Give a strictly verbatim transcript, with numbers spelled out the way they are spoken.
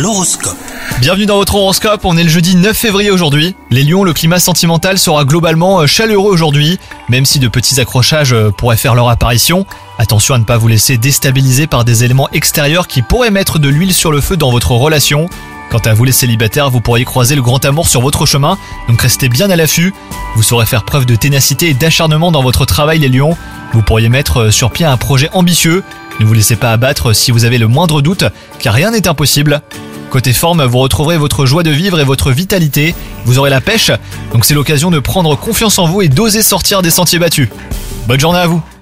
L'horoscope. Bienvenue dans votre horoscope, on est le jeudi neuf février aujourd'hui. Les lions, le climat sentimental sera globalement chaleureux aujourd'hui, même si de petits accrochages pourraient faire leur apparition. Attention à ne pas vous laisser déstabiliser par des éléments extérieurs qui pourraient mettre de l'huile sur le feu dans votre relation. Quant à vous les célibataires, vous pourriez croiser le grand amour sur votre chemin, donc restez bien à l'affût. Vous saurez faire preuve de ténacité et d'acharnement dans votre travail les lions. Vous pourriez mettre sur pied un projet ambitieux. Ne vous laissez pas abattre si vous avez le moindre doute, car rien n'est impossible. Côté forme, vous retrouverez votre joie de vivre et votre vitalité. Vous aurez la pêche, donc c'est l'occasion de prendre confiance en vous et d'oser sortir des sentiers battus. Bonne journée à vous!